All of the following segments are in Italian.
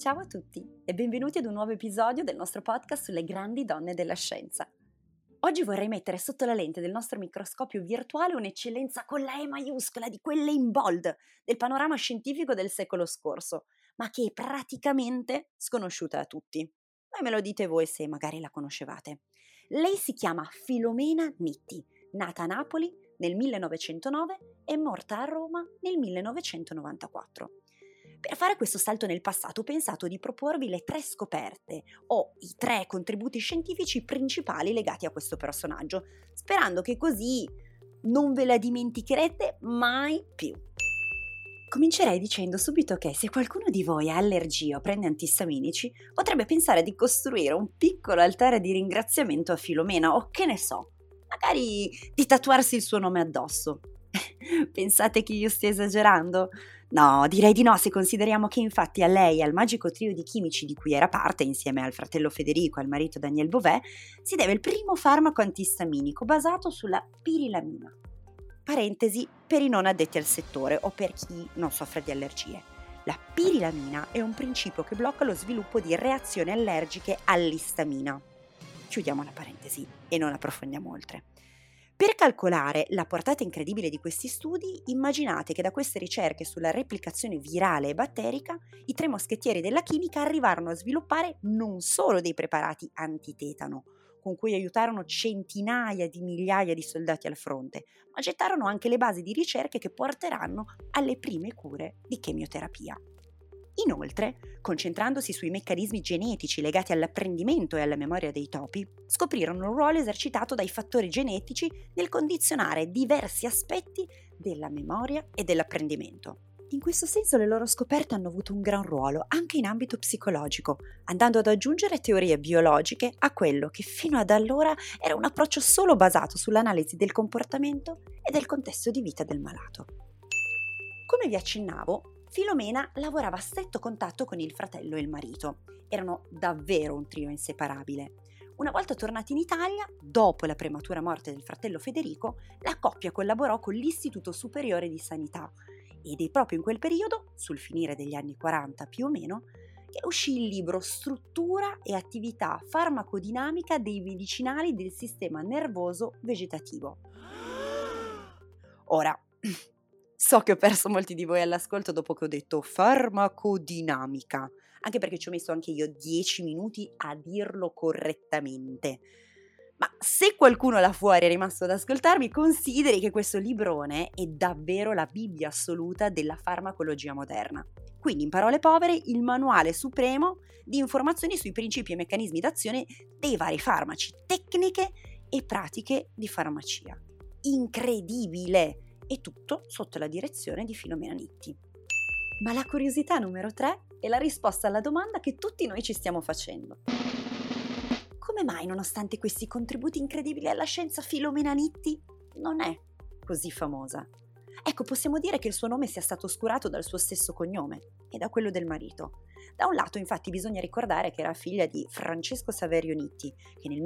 Ciao a tutti e benvenuti ad un nuovo episodio del nostro podcast sulle grandi donne della scienza. Oggi vorrei mettere sotto la lente del nostro microscopio virtuale un'eccellenza con la E maiuscola, di quelle in bold, del panorama scientifico del secolo scorso, ma che è praticamente sconosciuta a tutti. Poi me lo dite voi se magari la conoscevate. Lei si chiama Filomena Nitti, nata a Napoli nel 1909 e morta a Roma nel 1994. Per fare questo salto nel passato ho pensato di proporvi le 3 scoperte o i 3 contributi scientifici principali legati a questo personaggio, sperando che così non ve la dimenticherete mai più. Comincerei dicendo subito che se qualcuno di voi ha allergie o prende antistaminici, potrebbe pensare di costruire un piccolo altare di ringraziamento a Filomena o che ne so, magari di tatuarsi il suo nome addosso. Pensate che io stia esagerando? No, direi di no se consideriamo che infatti a lei e al magico trio di chimici di cui era parte, insieme al fratello Federico e al marito Daniel Beauvais, si deve il primo farmaco antistaminico basato sulla pirilamina. Parentesi per i non addetti al settore o per chi non soffre di allergie. La pirilamina è un principio che blocca lo sviluppo di reazioni allergiche all'istamina. Chiudiamo la parentesi e non approfondiamo oltre. Per calcolare la portata incredibile di questi studi, immaginate che da queste ricerche sulla replicazione virale e batterica, i 3 moschettieri della chimica arrivarono a sviluppare non solo dei preparati antitetano, con cui aiutarono centinaia di migliaia di soldati al fronte, ma gettarono anche le basi di ricerche che porteranno alle prime cure di chemioterapia. Inoltre, concentrandosi sui meccanismi genetici legati all'apprendimento e alla memoria dei topi, scoprirono un ruolo esercitato dai fattori genetici nel condizionare diversi aspetti della memoria e dell'apprendimento. In questo senso le loro scoperte hanno avuto un gran ruolo anche in ambito psicologico, andando ad aggiungere teorie biologiche a quello che fino ad allora era un approccio solo basato sull'analisi del comportamento e del contesto di vita del malato. Come vi accennavo, Filomena lavorava a stretto contatto con il fratello e il marito. Erano davvero un trio inseparabile. Una volta tornati in Italia, dopo la prematura morte del fratello Federico, la coppia collaborò con l'Istituto Superiore di Sanità ed è proprio in quel periodo, sul finire degli anni 40 più o meno, che uscì il libro Struttura e attività farmacodinamica dei medicinali del sistema nervoso vegetativo. Ora, so che ho perso molti di voi all'ascolto dopo che ho detto farmacodinamica, anche perché ci ho messo anche io 10 minuti a dirlo correttamente. Ma se qualcuno là fuori è rimasto ad ascoltarmi, consideri che questo librone è davvero la Bibbia assoluta della farmacologia moderna. Quindi, in parole povere, il manuale supremo di informazioni sui principi e meccanismi d'azione dei vari farmaci, tecniche e pratiche di farmacia. Incredibile! E tutto sotto la direzione di Filomena Nitti. Ma la curiosità numero 3 è la risposta alla domanda che tutti noi ci stiamo facendo. Come mai, nonostante questi contributi incredibili alla scienza, Filomena Nitti non è così famosa? Ecco, possiamo dire che il suo nome sia stato oscurato dal suo stesso cognome e da quello del marito. Da un lato, infatti, bisogna ricordare che era figlia di Francesco Saverio Nitti, che nel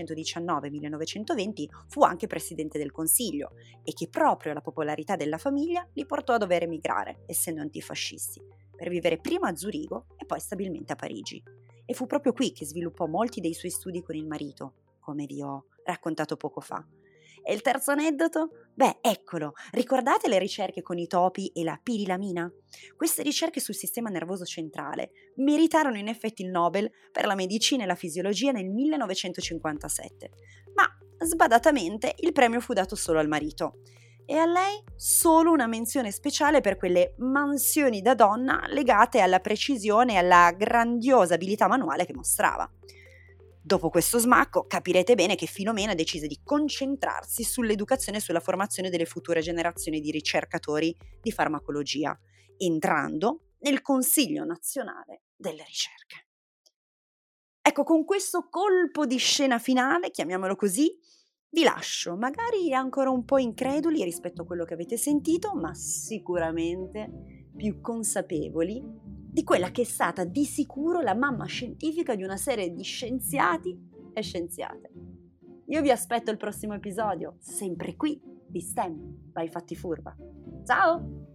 1919-1920 fu anche presidente del Consiglio e che proprio la popolarità della famiglia li portò a dover emigrare, essendo antifascisti, per vivere prima a Zurigo e poi stabilmente a Parigi. E fu proprio qui che sviluppò molti dei suoi studi con il marito, come vi ho raccontato poco fa. E il terzo aneddoto? Beh, eccolo, ricordate le ricerche con i topi e la pirilamina? Queste ricerche sul sistema nervoso centrale meritarono in effetti il Nobel per la medicina e la fisiologia nel 1957, ma sbadatamente il premio fu dato solo al marito. E a lei solo una menzione speciale per quelle mansioni da donna legate alla precisione e alla grandiosa abilità manuale che mostrava. Dopo questo smacco capirete bene che Filomena decise di concentrarsi sull'educazione e sulla formazione delle future generazioni di ricercatori di farmacologia, entrando nel Consiglio Nazionale delle Ricerche. Ecco, con questo colpo di scena finale, chiamiamolo così, vi lascio, magari ancora un po' increduli rispetto a quello che avete sentito, ma sicuramente più consapevoli di quella che è stata di sicuro la mamma scientifica di una serie di scienziati e scienziate. Io vi aspetto al prossimo episodio, sempre qui, di STEM, vai fatti furba. Ciao!